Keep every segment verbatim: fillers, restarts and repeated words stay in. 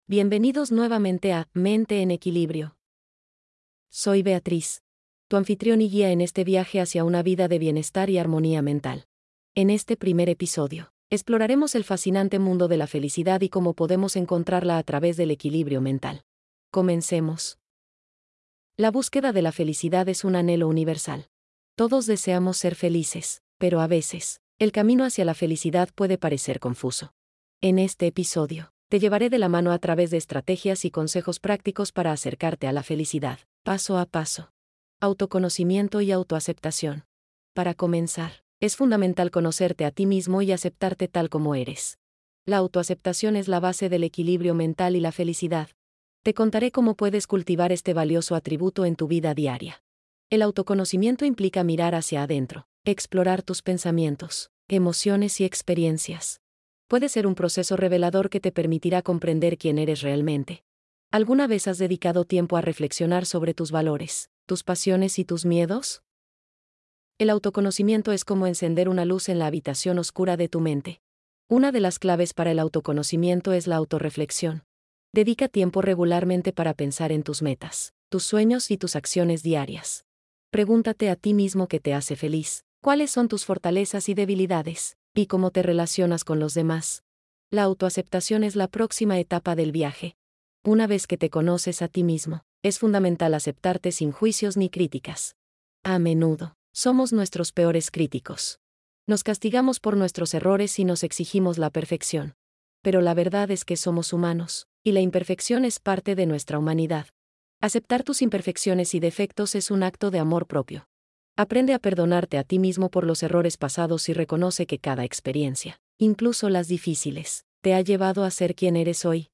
Bienvenidos nuevamente a Mente en Equilibrio. Soy Beatriz, tu anfitrión y guía en este viaje hacia una vida de bienestar y armonía mental. En este primer episodio, exploraremos el fascinante mundo de la felicidad y cómo podemos encontrarla a través del equilibrio mental. Comencemos. La búsqueda de la felicidad es un anhelo universal. Todos deseamos ser felices, pero a veces, el camino hacia la felicidad puede parecer confuso. En este episodio, te llevaré de la mano a través de estrategias y consejos prácticos para acercarte a la felicidad, paso a paso. Autoconocimiento y autoaceptación. Para comenzar, es fundamental conocerte a ti mismo y aceptarte tal como eres. La autoaceptación es la base del equilibrio mental y la felicidad. Te contaré cómo puedes cultivar este valioso atributo en tu vida diaria. El autoconocimiento implica mirar hacia adentro, explorar tus pensamientos, emociones y experiencias. Puede ser un proceso revelador que te permitirá comprender quién eres realmente. ¿Alguna vez has dedicado tiempo a reflexionar sobre tus valores, tus pasiones y tus miedos? El autoconocimiento es como encender una luz en la habitación oscura de tu mente. Una de las claves para el autoconocimiento es la autorreflexión. Dedica tiempo regularmente para pensar en tus metas, tus sueños y tus acciones diarias. Pregúntate a ti mismo qué te hace feliz, cuáles son tus fortalezas y debilidades, y cómo te relacionas con los demás. La autoaceptación es la próxima etapa del viaje. Una vez que te conoces a ti mismo, es fundamental aceptarte sin juicios ni críticas. A menudo, somos nuestros peores críticos. Nos castigamos por nuestros errores y nos exigimos la perfección. Pero la verdad es que somos humanos, y la imperfección es parte de nuestra humanidad. Aceptar tus imperfecciones y defectos es un acto de amor propio. Aprende a perdonarte a ti mismo por los errores pasados y reconoce que cada experiencia, incluso las difíciles, te ha llevado a ser quien eres hoy.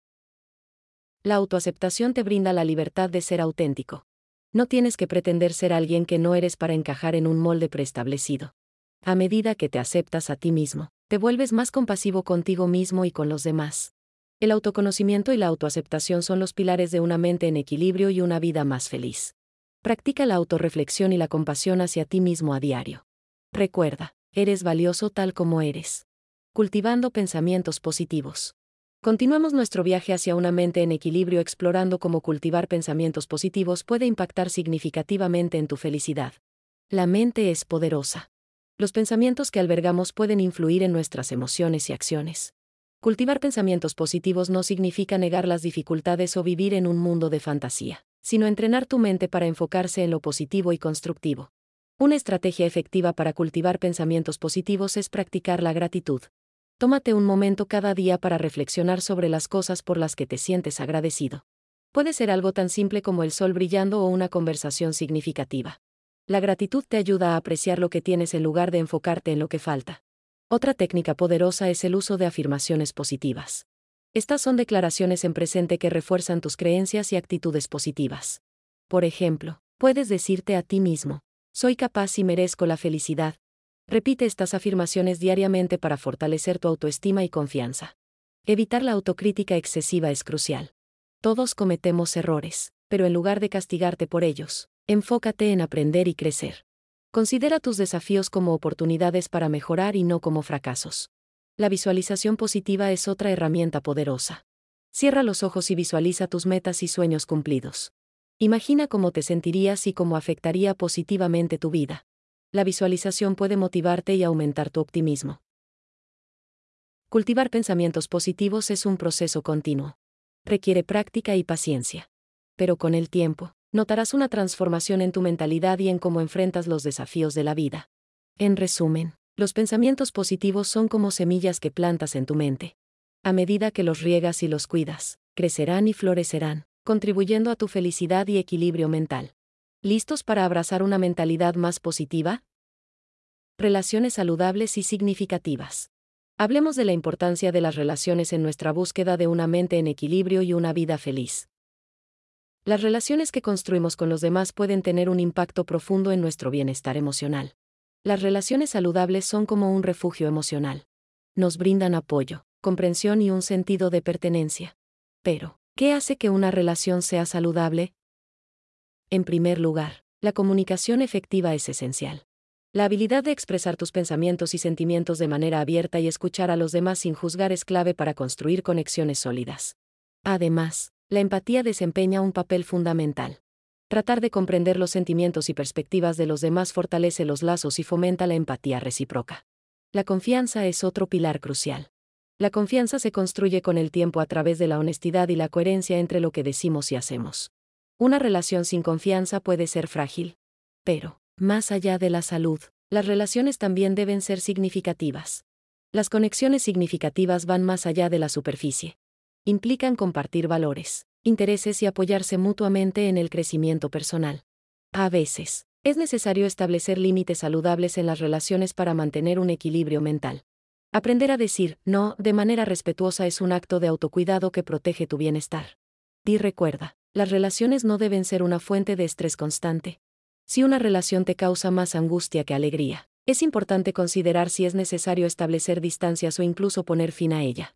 La autoaceptación te brinda la libertad de ser auténtico. No tienes que pretender ser alguien que no eres para encajar en un molde preestablecido. A medida que te aceptas a ti mismo, te vuelves más compasivo contigo mismo y con los demás. El autoconocimiento y la autoaceptación son los pilares de una mente en equilibrio y una vida más feliz. Practica la autorreflexión y la compasión hacia ti mismo a diario. Recuerda, eres valioso tal como eres. Cultivando pensamientos positivos. Continuamos nuestro viaje hacia una mente en equilibrio explorando cómo cultivar pensamientos positivos puede impactar significativamente en tu felicidad. La mente es poderosa. Los pensamientos que albergamos pueden influir en nuestras emociones y acciones. Cultivar pensamientos positivos no significa negar las dificultades o vivir en un mundo de fantasía, sino entrenar tu mente para enfocarse en lo positivo y constructivo. Una estrategia efectiva para cultivar pensamientos positivos es practicar la gratitud. Tómate un momento cada día para reflexionar sobre las cosas por las que te sientes agradecido. Puede ser algo tan simple como el sol brillando o una conversación significativa. La gratitud te ayuda a apreciar lo que tienes en lugar de enfocarte en lo que falta. Otra técnica poderosa es el uso de afirmaciones positivas. Estas son declaraciones en presente que refuerzan tus creencias y actitudes positivas. Por ejemplo, puedes decirte a ti mismo, soy capaz y merezco la felicidad. Repite estas afirmaciones diariamente para fortalecer tu autoestima y confianza. Evitar la autocrítica excesiva es crucial. Todos cometemos errores, pero en lugar de castigarte por ellos, enfócate en aprender y crecer. Considera tus desafíos como oportunidades para mejorar y no como fracasos. La visualización positiva es otra herramienta poderosa. Cierra los ojos y visualiza tus metas y sueños cumplidos. Imagina cómo te sentirías y cómo afectaría positivamente tu vida. La visualización puede motivarte y aumentar tu optimismo. Cultivar pensamientos positivos es un proceso continuo. Requiere práctica y paciencia. Pero con el tiempo, notarás una transformación en tu mentalidad y en cómo enfrentas los desafíos de la vida. En resumen, los pensamientos positivos son como semillas que plantas en tu mente. A medida que los riegas y los cuidas, crecerán y florecerán, contribuyendo a tu felicidad y equilibrio mental. ¿Listos para abrazar una mentalidad más positiva? Relaciones saludables y significativas. Hablemos de la importancia de las relaciones en nuestra búsqueda de una mente en equilibrio y una vida feliz. Las relaciones que construimos con los demás pueden tener un impacto profundo en nuestro bienestar emocional. Las relaciones saludables son como un refugio emocional. Nos brindan apoyo, comprensión y un sentido de pertenencia. Pero, ¿qué hace que una relación sea saludable? En primer lugar, la comunicación efectiva es esencial. La habilidad de expresar tus pensamientos y sentimientos de manera abierta y escuchar a los demás sin juzgar es clave para construir conexiones sólidas. Además, la empatía desempeña un papel fundamental. Tratar de comprender los sentimientos y perspectivas de los demás fortalece los lazos y fomenta la empatía recíproca. La confianza es otro pilar crucial. La confianza se construye con el tiempo a través de la honestidad y la coherencia entre lo que decimos y hacemos. Una relación sin confianza puede ser frágil. Pero, más allá de la salud, las relaciones también deben ser significativas. Las conexiones significativas van más allá de la superficie. Implican compartir valores, intereses y apoyarse mutuamente en el crecimiento personal. A veces, es necesario establecer límites saludables en las relaciones para mantener un equilibrio mental. Aprender a decir no de manera respetuosa es un acto de autocuidado que protege tu bienestar. Y recuerda, las relaciones no deben ser una fuente de estrés constante. Si una relación te causa más angustia que alegría, es importante considerar si es necesario establecer distancias o incluso poner fin a ella.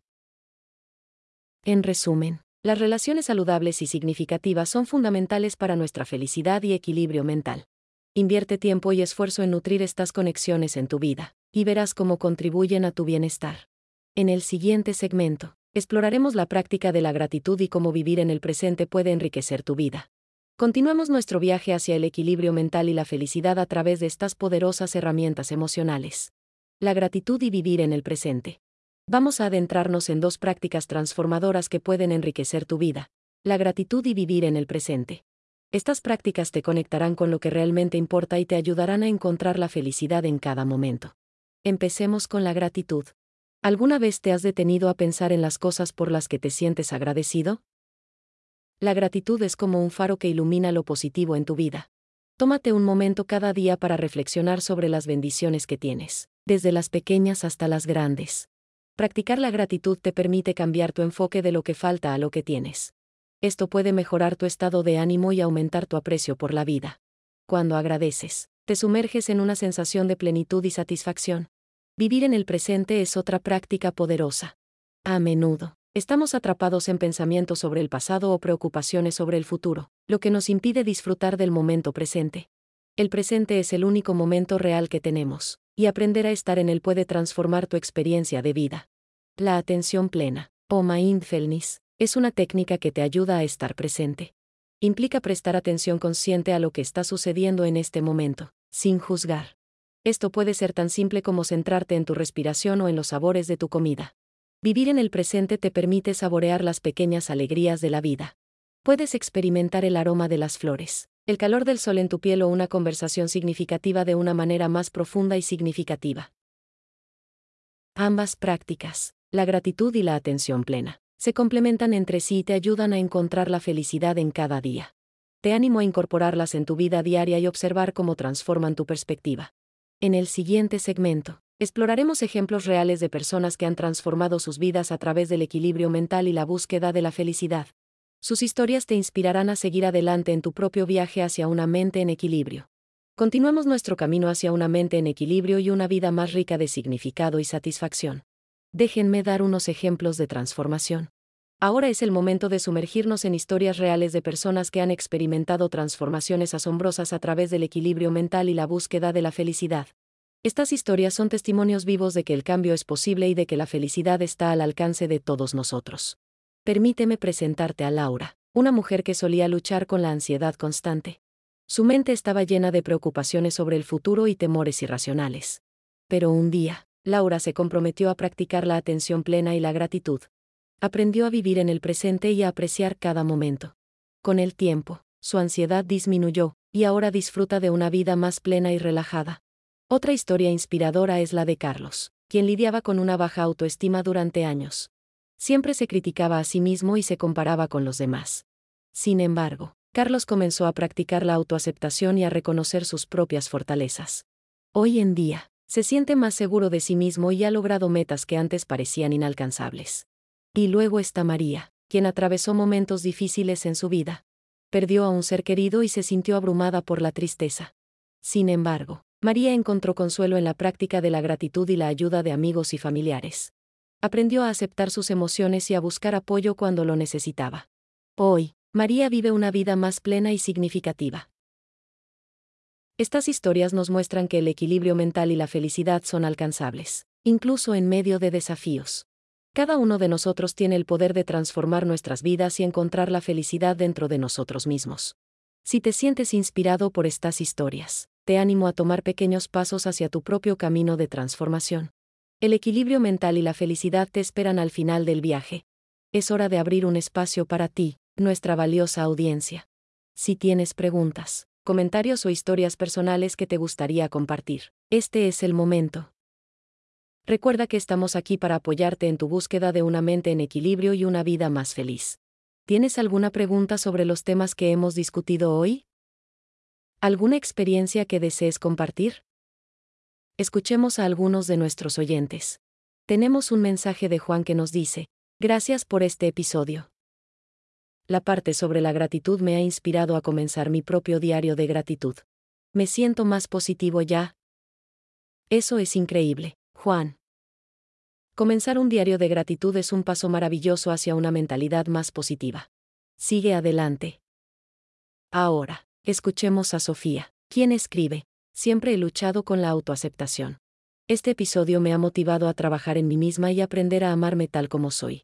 En resumen, las relaciones saludables y significativas son fundamentales para nuestra felicidad y equilibrio mental. Invierte tiempo y esfuerzo en nutrir estas conexiones en tu vida, y verás cómo contribuyen a tu bienestar. En el siguiente segmento, exploraremos la práctica de la gratitud y cómo vivir en el presente puede enriquecer tu vida. Continuamos nuestro viaje hacia el equilibrio mental y la felicidad a través de estas poderosas herramientas emocionales. La gratitud y vivir en el presente. Vamos a adentrarnos en dos prácticas transformadoras que pueden enriquecer tu vida: la gratitud y vivir en el presente. Estas prácticas te conectarán con lo que realmente importa y te ayudarán a encontrar la felicidad en cada momento. Empecemos con la gratitud. ¿Alguna vez te has detenido a pensar en las cosas por las que te sientes agradecido? La gratitud es como un faro que ilumina lo positivo en tu vida. Tómate un momento cada día para reflexionar sobre las bendiciones que tienes, desde las pequeñas hasta las grandes. Practicar la gratitud te permite cambiar tu enfoque de lo que falta a lo que tienes. Esto puede mejorar tu estado de ánimo y aumentar tu aprecio por la vida. Cuando agradeces, te sumerges en una sensación de plenitud y satisfacción. Vivir en el presente es otra práctica poderosa. A menudo, estamos atrapados en pensamientos sobre el pasado o preocupaciones sobre el futuro, lo que nos impide disfrutar del momento presente. El presente es el único momento real que tenemos, y aprender a estar en él puede transformar tu experiencia de vida. La atención plena, o mindfulness, es una técnica que te ayuda a estar presente. Implica prestar atención consciente a lo que está sucediendo en este momento, sin juzgar. Esto puede ser tan simple como centrarte en tu respiración o en los sabores de tu comida. Vivir en el presente te permite saborear las pequeñas alegrías de la vida. Puedes experimentar el aroma de las flores, el calor del sol en tu piel o una conversación significativa de una manera más profunda y significativa. Ambas prácticas, la gratitud y la atención plena, se complementan entre sí y te ayudan a encontrar la felicidad en cada día. Te animo a incorporarlas en tu vida diaria y observar cómo transforman tu perspectiva. En el siguiente segmento, exploraremos ejemplos reales de personas que han transformado sus vidas a través del equilibrio mental y la búsqueda de la felicidad. Sus historias te inspirarán a seguir adelante en tu propio viaje hacia una mente en equilibrio. Continuemos nuestro camino hacia una mente en equilibrio y una vida más rica de significado y satisfacción. Déjenme dar unos ejemplos de transformación. Ahora es el momento de sumergirnos en historias reales de personas que han experimentado transformaciones asombrosas a través del equilibrio mental y la búsqueda de la felicidad. Estas historias son testimonios vivos de que el cambio es posible y de que la felicidad está al alcance de todos nosotros. Permíteme presentarte a Laura, una mujer que solía luchar con la ansiedad constante. Su mente estaba llena de preocupaciones sobre el futuro y temores irracionales. Pero un día, Laura se comprometió a practicar la atención plena y la gratitud. Aprendió a vivir en el presente y a apreciar cada momento. Con el tiempo, su ansiedad disminuyó, y ahora disfruta de una vida más plena y relajada. Otra historia inspiradora es la de Carlos, quien lidiaba con una baja autoestima durante años. Siempre se criticaba a sí mismo y se comparaba con los demás. Sin embargo, Carlos comenzó a practicar la autoaceptación y a reconocer sus propias fortalezas. Hoy en día, se siente más seguro de sí mismo y ha logrado metas que antes parecían inalcanzables. Y luego está María, quien atravesó momentos difíciles en su vida. Perdió a un ser querido y se sintió abrumada por la tristeza. Sin embargo, María encontró consuelo en la práctica de la gratitud y la ayuda de amigos y familiares. Aprendió a aceptar sus emociones y a buscar apoyo cuando lo necesitaba. Hoy, María vive una vida más plena y significativa. Estas historias nos muestran que el equilibrio mental y la felicidad son alcanzables, incluso en medio de desafíos. Cada uno de nosotros tiene el poder de transformar nuestras vidas y encontrar la felicidad dentro de nosotros mismos. Si te sientes inspirado por estas historias, te animo a tomar pequeños pasos hacia tu propio camino de transformación. El equilibrio mental y la felicidad te esperan al final del viaje. Es hora de abrir un espacio para ti, nuestra valiosa audiencia. Si tienes preguntas, comentarios o historias personales que te gustaría compartir, este es el momento. Recuerda que estamos aquí para apoyarte en tu búsqueda de una mente en equilibrio y una vida más feliz. ¿Tienes alguna pregunta sobre los temas que hemos discutido hoy? ¿Alguna experiencia que desees compartir? Escuchemos a algunos de nuestros oyentes. Tenemos un mensaje de Juan que nos dice: gracias por este episodio. La parte sobre la gratitud me ha inspirado a comenzar mi propio diario de gratitud. Me siento más positivo ya. Eso es increíble, Juan. Comenzar un diario de gratitud es un paso maravilloso hacia una mentalidad más positiva. Sigue adelante. Ahora, escuchemos a Sofía, quien escribe: siempre he luchado con la autoaceptación. Este episodio me ha motivado a trabajar en mí misma y aprender a amarme tal como soy.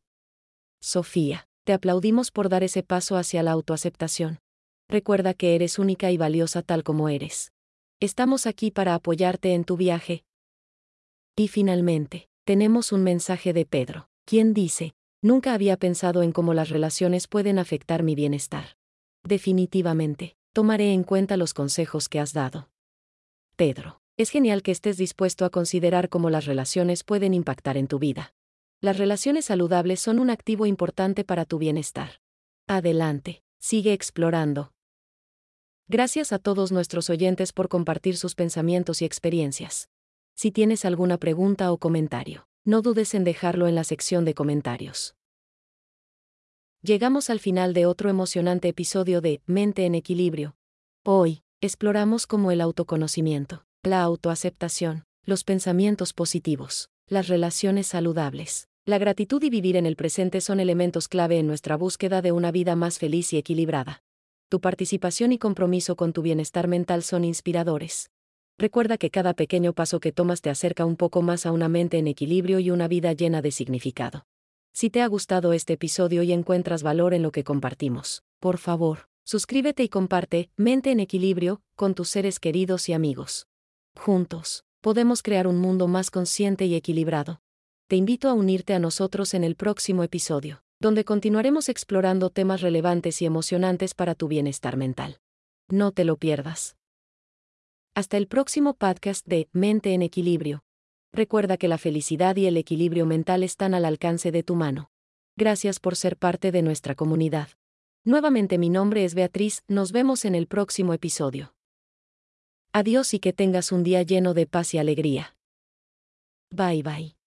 Sofía, te aplaudimos por dar ese paso hacia la autoaceptación. Recuerda que eres única y valiosa tal como eres. Estamos aquí para apoyarte en tu viaje. Y finalmente, tenemos un mensaje de Pedro, quien dice: nunca había pensado en cómo las relaciones pueden afectar mi bienestar. Definitivamente, tomaré en cuenta los consejos que has dado. Pedro, es genial que estés dispuesto a considerar cómo las relaciones pueden impactar en tu vida. Las relaciones saludables son un activo importante para tu bienestar. Adelante, sigue explorando. Gracias a todos nuestros oyentes por compartir sus pensamientos y experiencias. Si tienes alguna pregunta o comentario, no dudes en dejarlo en la sección de comentarios. Llegamos al final de otro emocionante episodio de Mente en Equilibrio. Hoy, exploramos cómo el autoconocimiento, la autoaceptación, los pensamientos positivos, las relaciones saludables, la gratitud y vivir en el presente son elementos clave en nuestra búsqueda de una vida más feliz y equilibrada. Tu participación y compromiso con tu bienestar mental son inspiradores. Recuerda que cada pequeño paso que tomas te acerca un poco más a una mente en equilibrio y una vida llena de significado. Si te ha gustado este episodio y encuentras valor en lo que compartimos, por favor, suscríbete y comparte Mente en Equilibrio con tus seres queridos y amigos. Juntos, podemos crear un mundo más consciente y equilibrado. Te invito a unirte a nosotros en el próximo episodio, donde continuaremos explorando temas relevantes y emocionantes para tu bienestar mental. No te lo pierdas. Hasta el próximo podcast de Mente en Equilibrio. Recuerda que la felicidad y el equilibrio mental están al alcance de tu mano. Gracias por ser parte de nuestra comunidad. Nuevamente mi nombre es Beatriz, nos vemos en el próximo episodio. Adiós y que tengas un día lleno de paz y alegría. Bye bye.